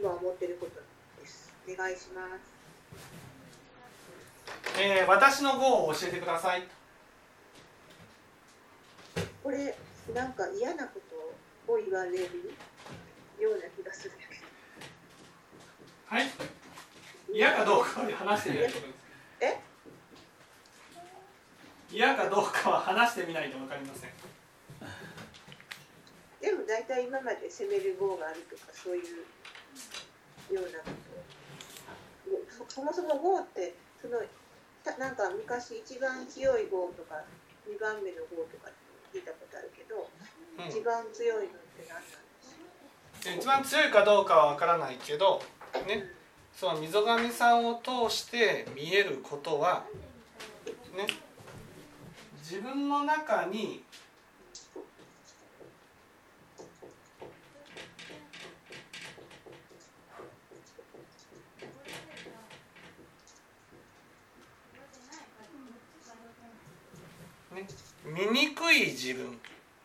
今思っていることです。お願いします。 私の業を教えてください。 これなんか嫌なことを言われるような気がするんだけど。 はい。嫌かどうかは話してみないと分かりません。嫌かどうかは話してみないと分かりません。 でも大体今まで責める業があるとかそういうようなこと。そもそも業ってなんか昔一番強い業とか2番目の業とか聞いたことあるけど、一番強いのって何なんですか？ 一番強いかどうかは分からないけどね、その溝上さんを通して見えることはね、自分の中に醜い自分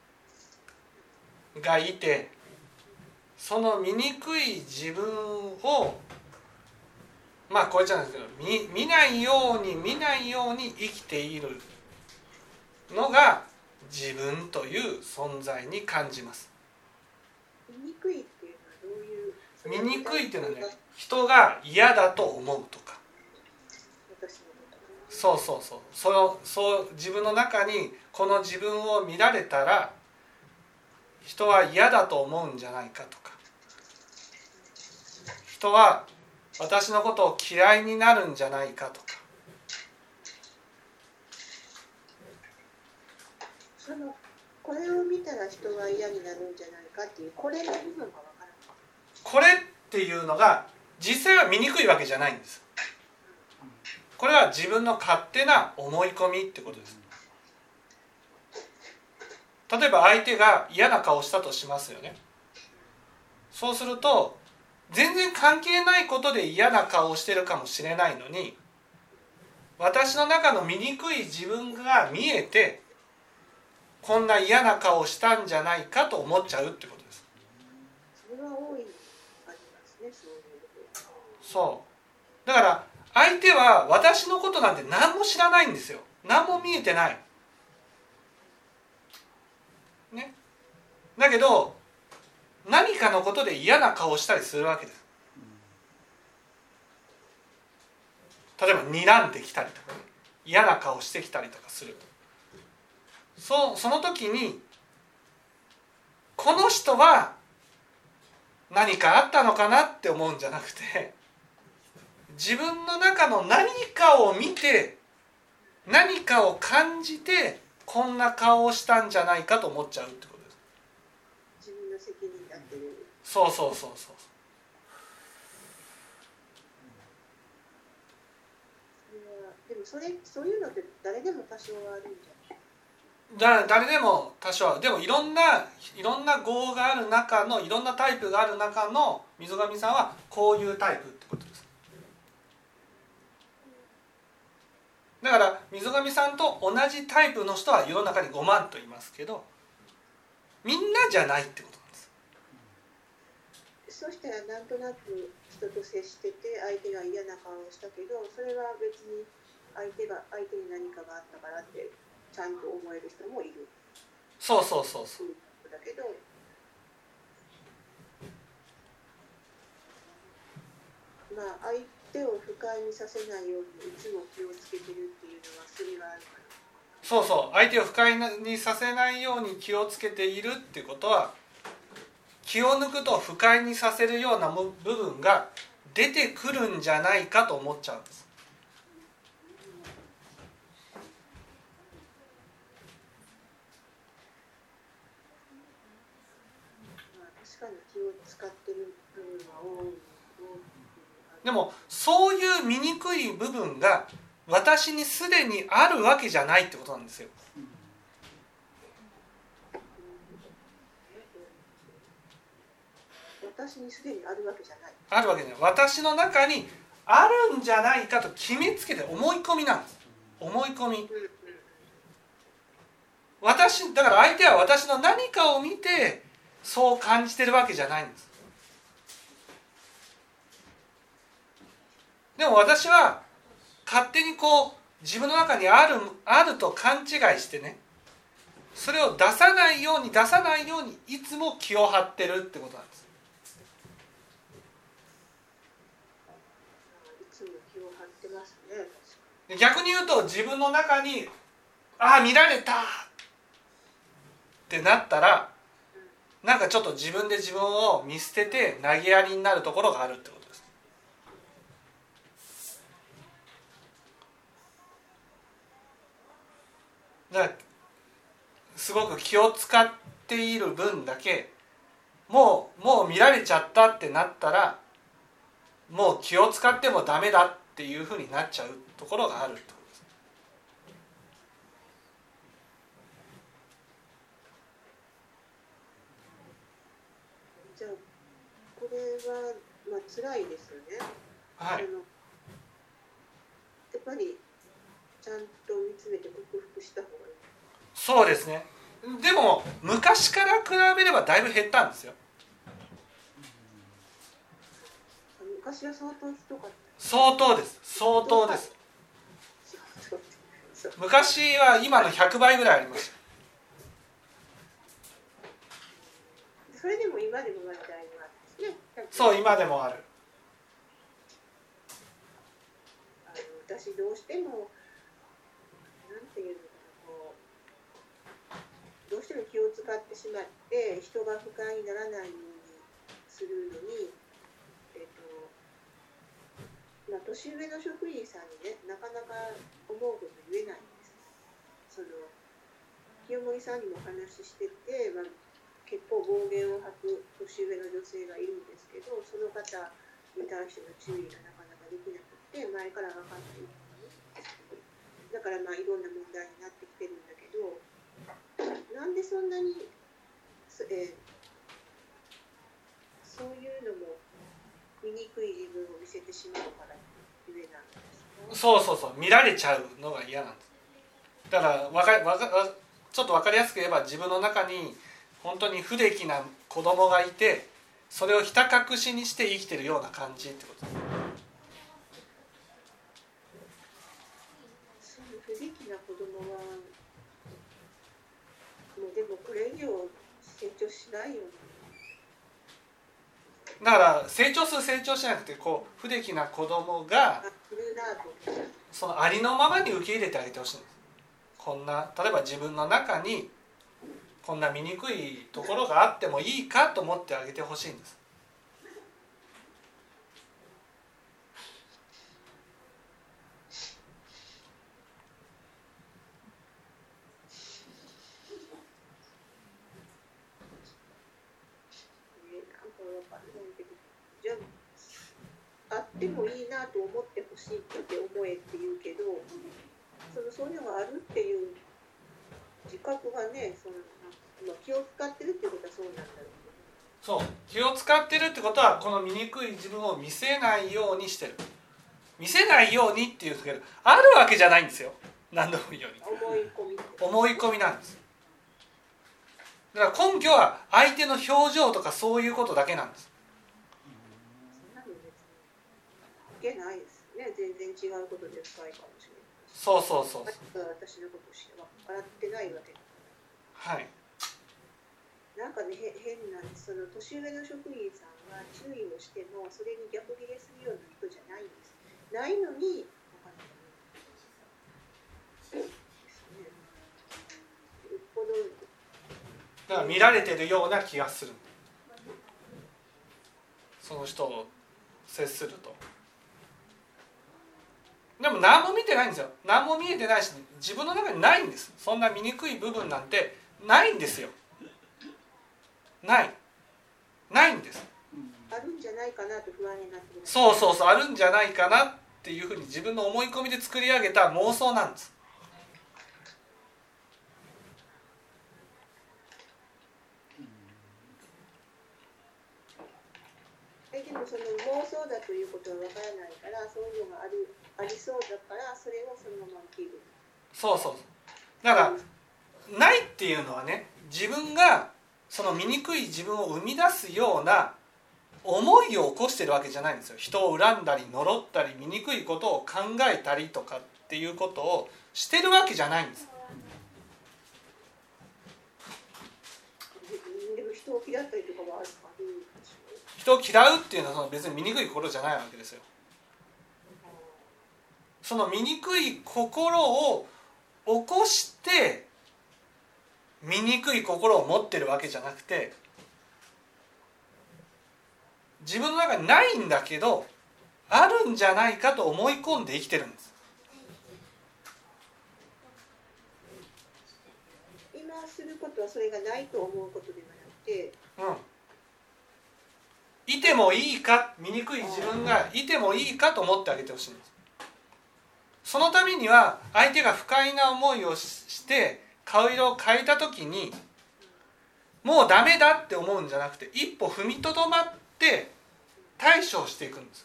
がいて、その醜い自分をこれじゃないですけど、見ないように生きているのが自分という存在に感じます。 醜いっていうのはどういう？ 醜いっていうのはね、人が嫌だと思うとか、そう自分の中にこの自分を見られたら人は嫌だと思うんじゃないかとか、人は私のことを嫌いになるんじゃないかとか、 これを見たら人は嫌になるんじゃないかっていう、これの部分が分からない。 これっていうのが実際は醜いわけじゃないんです。これは自分の勝手な思い込みってことです。例えば相手が嫌な顔したとしますよね。そうすると全然関係ないことで嫌な顔をしてるかもしれないのに、私の中の醜い自分が見えてこんな嫌な顔をしたんじゃないかと思っちゃうってことです。 それは大いにありますね。 そうだから相手は私のことなんて何も知らないんですよ。何も見えてない、ね、だけど何かのことで嫌な顔をしたりするわけです。例えば睨んできたりとか、ね、嫌な顔してきたりとかする。その時にこの人は何かあったのかなって思うんじゃなくて、自分の中の何かを見て何かを感じてこんな顔をしたんじゃないかと思っちゃうってことです。 自分の責任だっていう。 そうでもそういうのって誰でも多少はあるんじゃない？誰でも多少は。でもいろんな業がある中のいろんなタイプがある中の溝上さんはこういうタイプってことです。だから溝上さんと同じタイプの人は世の中に5万といますけど、みんなじゃないってことなんです。 そうしたらなんとなく人と接してて相手が嫌な顔をしたけど、それは別に相手に何かがあったからってちゃんと思える人もいる。 そうだけど相手を不快にさせないようにいつも気をつけてるっていうのはそれがあるから。 相手を不快にさせないように気をつけているっていうことは、気を抜くと不快にさせるような部分が出てくるんじゃないかと思っちゃうんです。 確かに気を使ってる部分が多い。 でもそういう醜い部分が私にすでにあるわけじゃないってことなんですよ。 私にすでにあるわけじゃない。 あるわけじゃない。私の中にあるんじゃないかと決めつけて、思い込みなんです。思い込み。だから相手は私の何かを見てそう感じてるわけじゃないんです。 でも私は勝手にこう自分の中にあると勘違いしてね、それを出さないようにいつも気を張ってるってことなんです。 いつも気を張ってますね。 逆に言うと自分の中に見られたってなったら、なんかちょっと自分で自分を見捨てて投げやりになるところがあるってことです。だからすごく気を使っている分だけもう見られちゃったってなったら、もう気を使ってもダメだっていうふうになっちゃうところがあるってことです。 じゃあこれは辛いですよね。 はい。 やっぱりちゃんと見つめて克服した方がいい。 そうですね。でも昔から比べればだいぶ減ったんですよ。 昔は相当ひどかった。 相当です。昔は今の100倍ぐらいありました。 それでも今でも問題があるんですね。 そう、今でもある。 私どうしてもなんていうのかな、どうしても気を使ってしまって人が不快にならないようにするのに、年上の職員さんにね、なかなか思うこと言えないんです。清盛さんにもお話ししてて、結構暴言を吐く年上の女性がいるんですけど、その方に対しての注意がなかなかできなくて、前から分かっているのに、だからいろんな問題になってきてるんだけど、なんでそんなにそういうのも醜い自分を見せてしまうからゆえなんですか？ そう見られちゃうのが嫌なんです。だからちょっと分かりやすく言えば、自分の中に本当に不出来な子供がいて、それをひた隠しにして生きてるような感じってことです。 不出来な子供はもうでもこれ以上成長しないよね。 だから成長しなくて、こう不出来な子供がそのありのままに受け入れてあげてほしいんです。こんな、例えば自分の中にこんな醜いところがあってもいいかと思ってあげてほしいんです。 じゃあってもいいなと思ってほしいって思えって言うけど、そういうのがあるっていう自覚がね、気を使ってるっていうことはそうなんだろうけど。 そう、気を使ってるってことは、この醜い自分を見せないようにしてる。見せないようにっていうけど、あるわけじゃないんですよ。何度も言うように。思い込みなんです。だから根拠は相手の表情とかそういうことだけなんです。 そんなの別にいけないですね。全然違うことで深いかもしれない。 そう私のことをして分かってないわけだから。 はい。 なんかね、変なんです。年上の職員さんは注意をしてもそれに逆ギレするような人じゃないんです。ないのに分かんないですね。よっぽどだから見られてるような気がする。その人を接すると。でも何も見てないんですよ。何も見えてないし、自分の中にないんです。そんな醜い部分なんてないんですよ。ないんです。 あるんじゃないかなと不安になってくる。 そうあるんじゃないかなっていうふうに自分の思い込みで作り上げた妄想なんです。 でもその妄想だということはわからないから、そういうのがありそうだからそれをそのまま受ける。 そうだから、ないっていうのはね、自分がその醜い自分を生み出すような思いを起こしてるわけじゃないんですよ。人を恨んだり呪ったり醜いことを考えたりとかっていうことをしてるわけじゃないんです。 でも人を嫌ったりとかはあるかね。 人を嫌うっていうのはその別に醜い心じゃないわけですよ。その醜い心を起こして醜い心を持ってるわけじゃなくて、自分の中にないんだけどあるんじゃないかと思い込んで生きてるんです。 今することはそれがないと思うことではなくて、 いてもいいか、醜い自分がいてもいいかと思ってあげてほしいんです。そのためには相手が不快な思いをして顔色を変えた時にもうダメだって思うんじゃなくて、一歩踏みとどまって対処していくんです。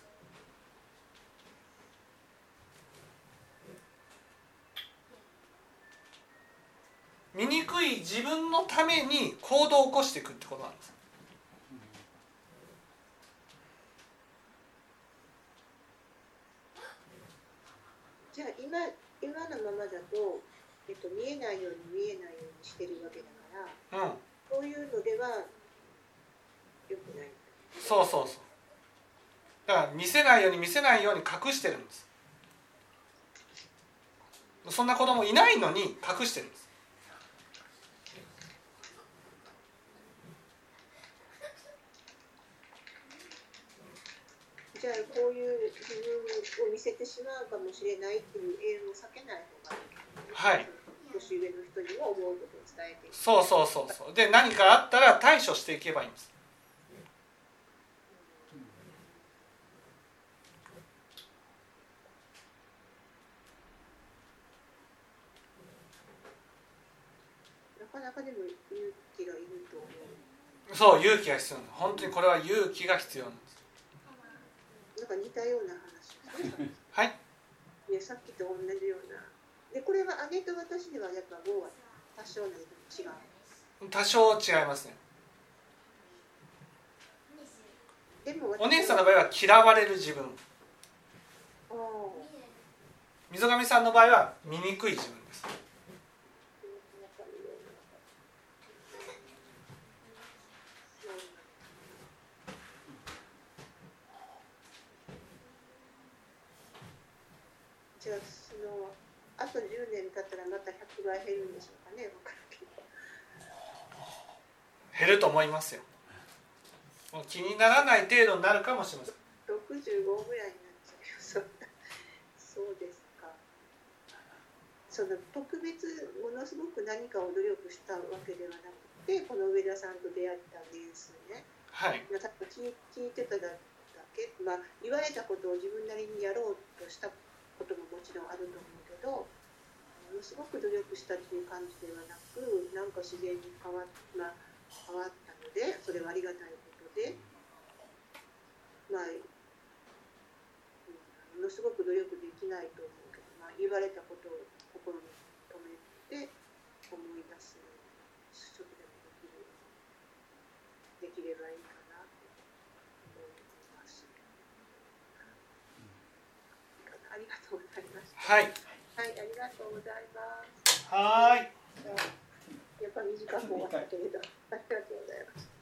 醜い自分のために行動を起こしていくってことなんです。 じゃあ今のままだと、見えないように見えないようにしてるわけだから、そういうのでは良くない。 そうそうそう。だから見せないように見せないように隠してるんです。そんな子供いないのに隠してるんです。 じゃあこういう自分を見せてしまうかもしれないっていう縁を避けない方がいい。 はい。 年上の人にも思うことを伝えていく。 そうそうそうそう。で何かあったら対処していけばいいんです。 なかなかでも勇気がいると思う。 そう、勇気が必要なの。本当にこれは勇気が必要なんです。 なんか似たような話ですね。 はい。 いや、さっきと同じような。で、これは姉と私ではやっぱ5は多少なりとも違う。 多少違いますね。 でもお姉さんの場合は嫌われる自分。溝上さんの場合は醜い自分です。 じゃああと10年経ったらまた100倍減るんでしょうかね。 減ると思いますよ。もう気にならない程度になるかもしれません。 65ぐらいになっちゃうよ。そうですか。その特別ものすごく何かを努力したわけではなくて、この上田さんと出会った年数ね。 はい。 多分聞いてただけ、言われたことを自分なりにやろうとしたことももちろんあると思うけど、ものすごく努力したっていう感じではなく、なんか自然に変わったので、それはありがたいことで、ものすごく努力できないと思うけど、言われたことを心に留めて思い出すちょっとでもできればいいかなと思います。ありがとうございました。 はい。 はい、ありがとうございます。 はい。 やっぱり短く終わったけれど、ありがとうございます。